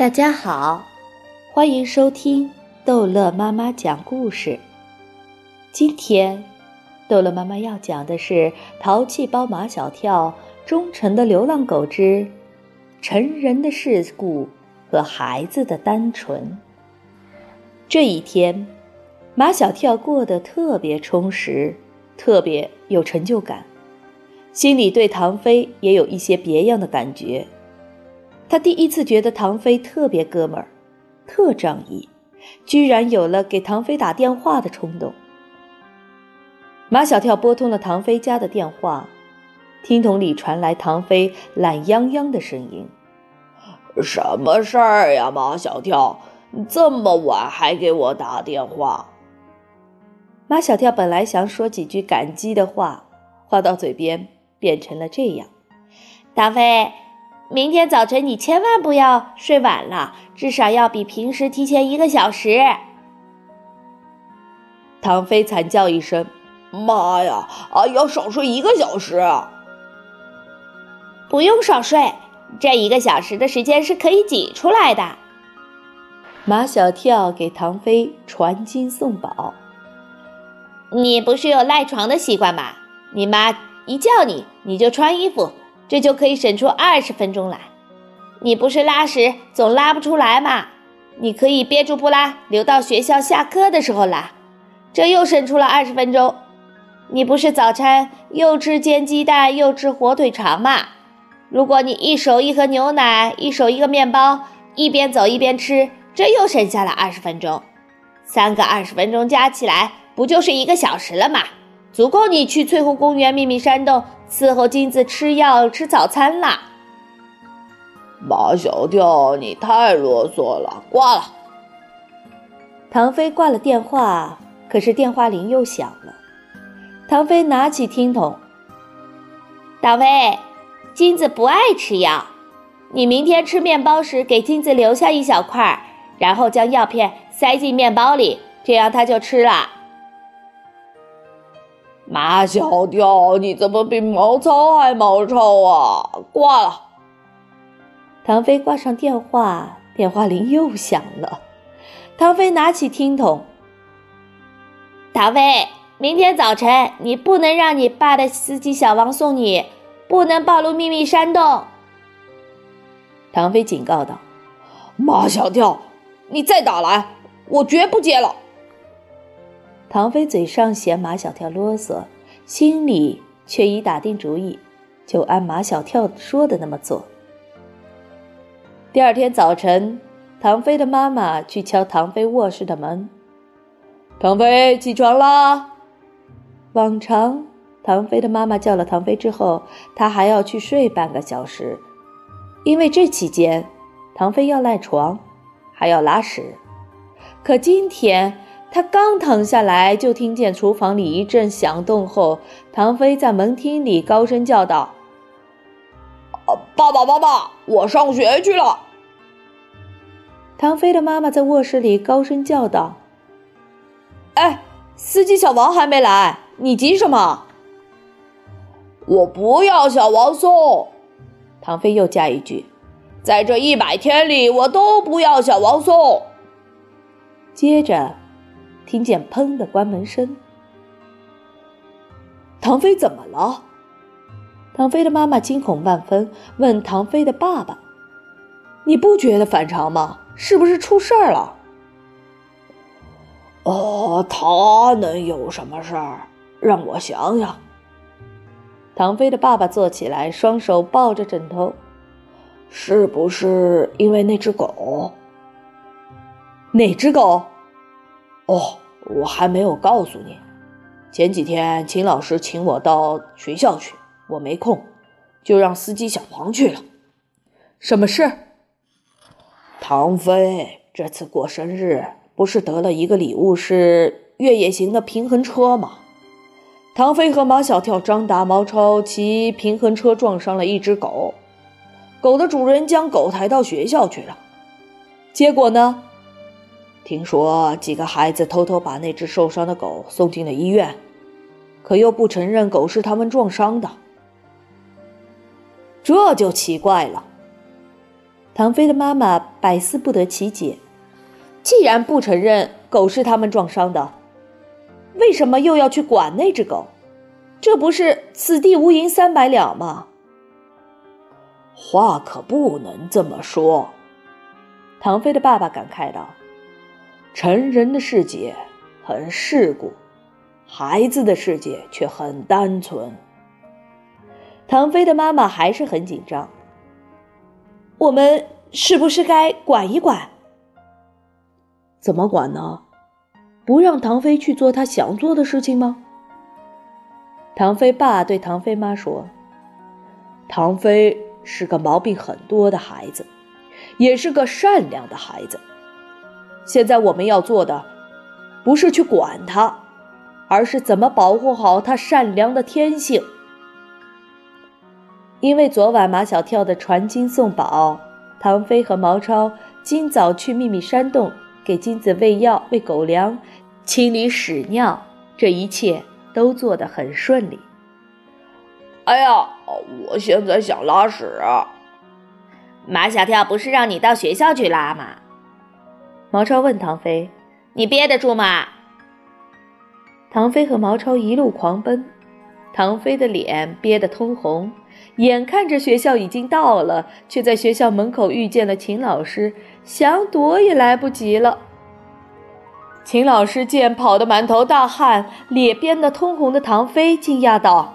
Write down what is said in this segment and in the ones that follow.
大家好，欢迎收听逗乐妈妈讲故事。今天逗乐妈妈要讲的是淘气包马小跳忠诚的流浪狗之成人的世故和孩子的单纯。这一天，马小跳过得特别充实，特别有成就感，心里对唐飞也有一些别样的感觉。他第一次觉得唐飞特别哥们儿，特仗义，居然有了给唐飞打电话的冲动。马小跳拨通了唐飞家的电话，听筒里传来唐飞懒洋洋的声音： 什么事儿呀，马小跳，这么晚还给我打电话？ 马小跳本来想说几句感激的话，话到嘴边变成了这样： 唐飞，明天早晨你千万不要睡晚了，至少要比平时提前1个小时。 唐飞惨叫一声： 妈呀，要少睡1个小时。 不用少睡，这1个小时的时间是可以挤出来的。 马小跳给唐飞传经送宝： 你不是有赖床的习惯吗？你妈一叫你，你就穿衣服，这就可以省出20分钟来。你不是拉屎总拉不出来吗？你可以憋住不拉，留到学校下课的时候拉，这又省出了20分钟。你不是早餐又吃煎鸡蛋又吃火腿肠吗？如果你一手1盒牛奶，一手1个面包，一边走一边吃，这又省下了20分钟。3个20分钟加起来，不就是1个小时了吗？足够你去翠湖公园秘密山洞伺候金子吃药吃早餐了。 马小跳，你太啰嗦了，挂了。 唐飞挂了电话，可是电话铃又响了。唐飞拿起听筒： 唐飞，金子不爱吃药，你明天吃面包时给金子留下1小块，然后将药片塞进面包里，这样他就吃了。 马小跳，你怎么比毛糙还毛糙啊？挂了。 唐飞挂上电话，电话铃又响了。唐飞拿起听筒： 唐飞，明天早晨你不能让你爸的司机小王送你，不能暴露秘密山洞。 唐飞警告道： 马小跳，你再打来，我绝不接了。 唐飞嘴上嫌马小跳啰嗦，心里却已打定主意，就按马小跳说的那么做。第二天早晨，唐飞的妈妈去敲唐飞卧室的门： 唐飞，起床啦！ 往常唐飞的妈妈叫了唐飞之后，他还要去睡半个小时，因为这期间唐飞要赖床，还要拉屎。可今天他刚躺下来，就听见厨房里一阵响动后，唐飞在门厅里高声叫道： 爸爸妈妈，我上学去了。 唐飞的妈妈在卧室里高声叫道： 哎，司机小王还没来，你急什么？我不要小王送。 唐飞又加一句： 在这100天里，我都不要小王送。 接着听见砰的关门声。 唐飞怎么了？ 唐飞的妈妈惊恐万分，问唐飞的爸爸：你不觉得反常吗？是不是出事儿了？ 他能有什么事儿？让我想想。 唐飞的爸爸坐起来，双手抱着枕头： 是不是因为那只狗？ 哪只狗？ 我还没有告诉你。前几天秦老师请我到学校去，我没空，就让司机小王去了。 什么事？ 唐飞这次过生日，不是得了一个礼物是越野型的平衡车吗？唐飞和马小跳、张达、毛超骑平衡车撞伤了一只狗，狗的主人将狗抬到学校去了。 结果呢？ 听说几个孩子偷偷把那只受伤的狗送进了医院，可又不承认狗是他们撞伤的。 这就奇怪了。 唐飞的妈妈百思不得其解，既然不承认狗是他们撞伤的，为什么又要去管那只狗？这不是此地无银300两吗？ 话可不能这么说， 唐飞的爸爸感慨道， 成人的世界很世故，孩子的世界却很单纯。 唐飞的妈妈还是很紧张，我们是不是该管一管？ 怎么管呢？不让唐飞去做他想做的事情吗？ 唐飞爸对唐飞妈说， 唐飞是个毛病很多的孩子，也是个善良的孩子。现在我们要做的不是去管他，而是怎么保护好他善良的天性。 因为昨晚马小跳的传金送宝，唐飞和毛超今早去秘密山洞给金子喂药、喂狗粮、清理屎尿，这一切都做得很顺利。 哎呀，我现在想拉屎。 马小跳不是让你到学校去拉吗？ 毛超问唐飞， 你憋得住吗？ 唐飞和毛超一路狂奔，唐飞的脸憋得通红，眼看着学校已经到了，却在学校门口遇见了秦老师，想躲也来不及了。秦老师见跑得满头大汗、脸憋得通红的唐飞，惊讶道，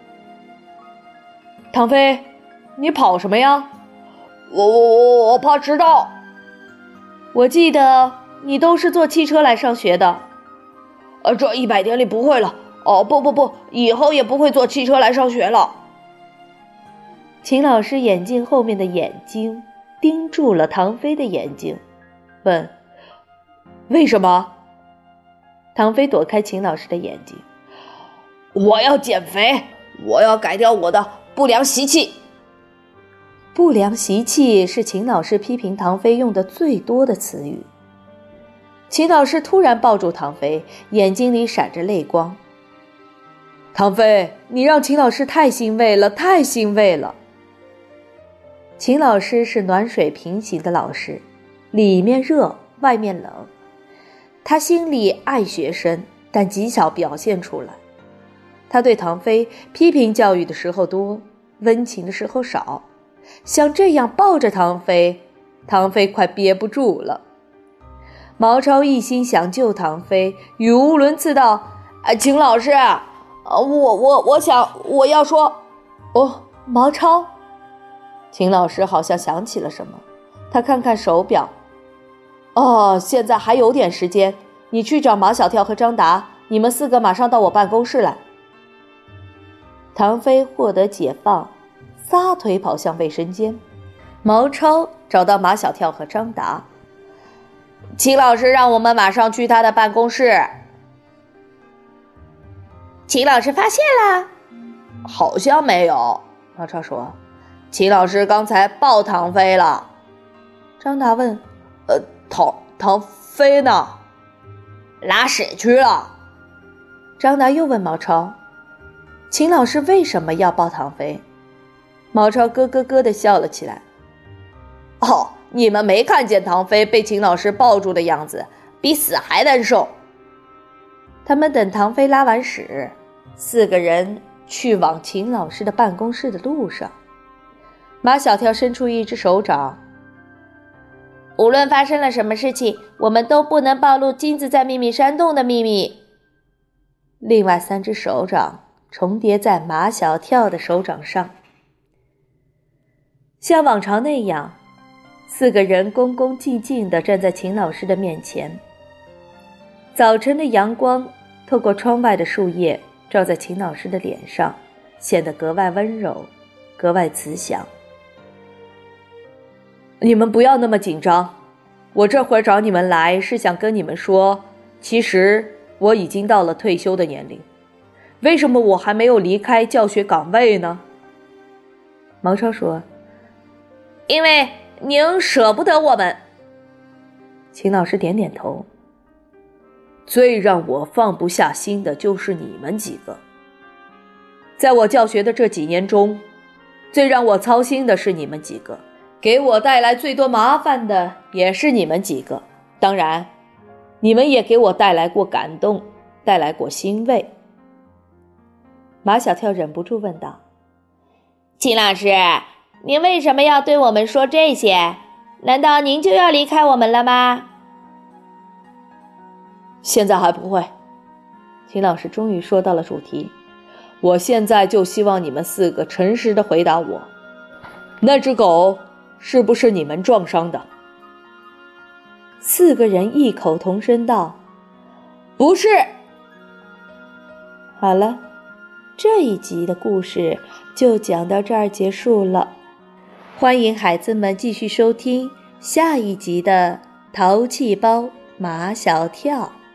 唐飞，你跑什么呀？我怕迟到。 我记得你都是坐汽车来上学的。 这100天里不会了。不，以后也不会坐汽车来上学了。 秦老师眼镜后面的眼睛盯住了唐飞的眼睛，问， 为什么？ 唐飞躲开秦老师的眼睛， 我要减肥，我要改掉我的不良习气。 不良习气是秦老师批评唐飞用的最多的词语。秦老师突然抱住唐飞，眼睛里闪着泪光。 唐飞，你让秦老师太欣慰了，太欣慰了。 秦老师是暖水平行的老师，里面热，外面冷。他心里爱学生，但极少表现出来。他对唐飞批评教育的时候多，温情的时候少。像这样抱着唐飞，唐飞快憋不住了。毛超一心想救唐飞，语无伦次道， 秦老师，我要说。 毛超。秦老师好像想起了什么，他看看手表，现在还有点时间，你去找马小跳和张达，你们4个马上到我办公室来。唐飞获得解放，撒腿跑向卫生间。毛超找到马小跳和张达， 秦老师让我们马上去他的办公室。秦老师发现了？ 好像没有。 毛超说， 秦老师刚才抱唐飞了。 张达问， 唐飞呢？ 拉屎去了。 张达又问毛超，秦老师为什么要抱唐飞？毛超咯咯咯地笑了起来。 你们没看见唐飞被秦老师抱住的样子，比死还难受。 他们等唐飞拉完屎，4个人去往秦老师的办公室的路上，马小跳伸出一只手掌， 无论发生了什么事情，我们都不能暴露金子在秘密山洞的秘密。 另外3只手掌重叠在马小跳的手掌上。像往常那样，4个人恭恭敬敬地站在秦老师的面前。早晨的阳光透过窗外的树叶照在秦老师的脸上，显得格外温柔，格外慈祥。 你们不要那么紧张，我这会儿找你们来是想跟你们说，其实我已经到了退休的年龄，为什么我还没有离开教学岗位呢？ 毛超说， 因为您舍不得我们。 秦老师点点头。 最让我放不下心的就是你们几个。在我教学的这几年中，最让我操心的是你们几个， 给我带来最多麻烦的也是你们几个。当然，你们也给我带来过感动，带来过欣慰。” 马小跳忍不住问道：“ 秦老师，您为什么要对我们说这些？难道您就要离开我们了吗？” 现在还不会。秦老师终于说到了主题。我现在就希望你们4个诚实地回答我，那只狗是不是你们撞伤的 ？4个人异口同声道：“ 不是。” 好了，这一集的故事就讲到这儿结束了。欢迎孩子们继续收听下一集的《淘气包马小跳》。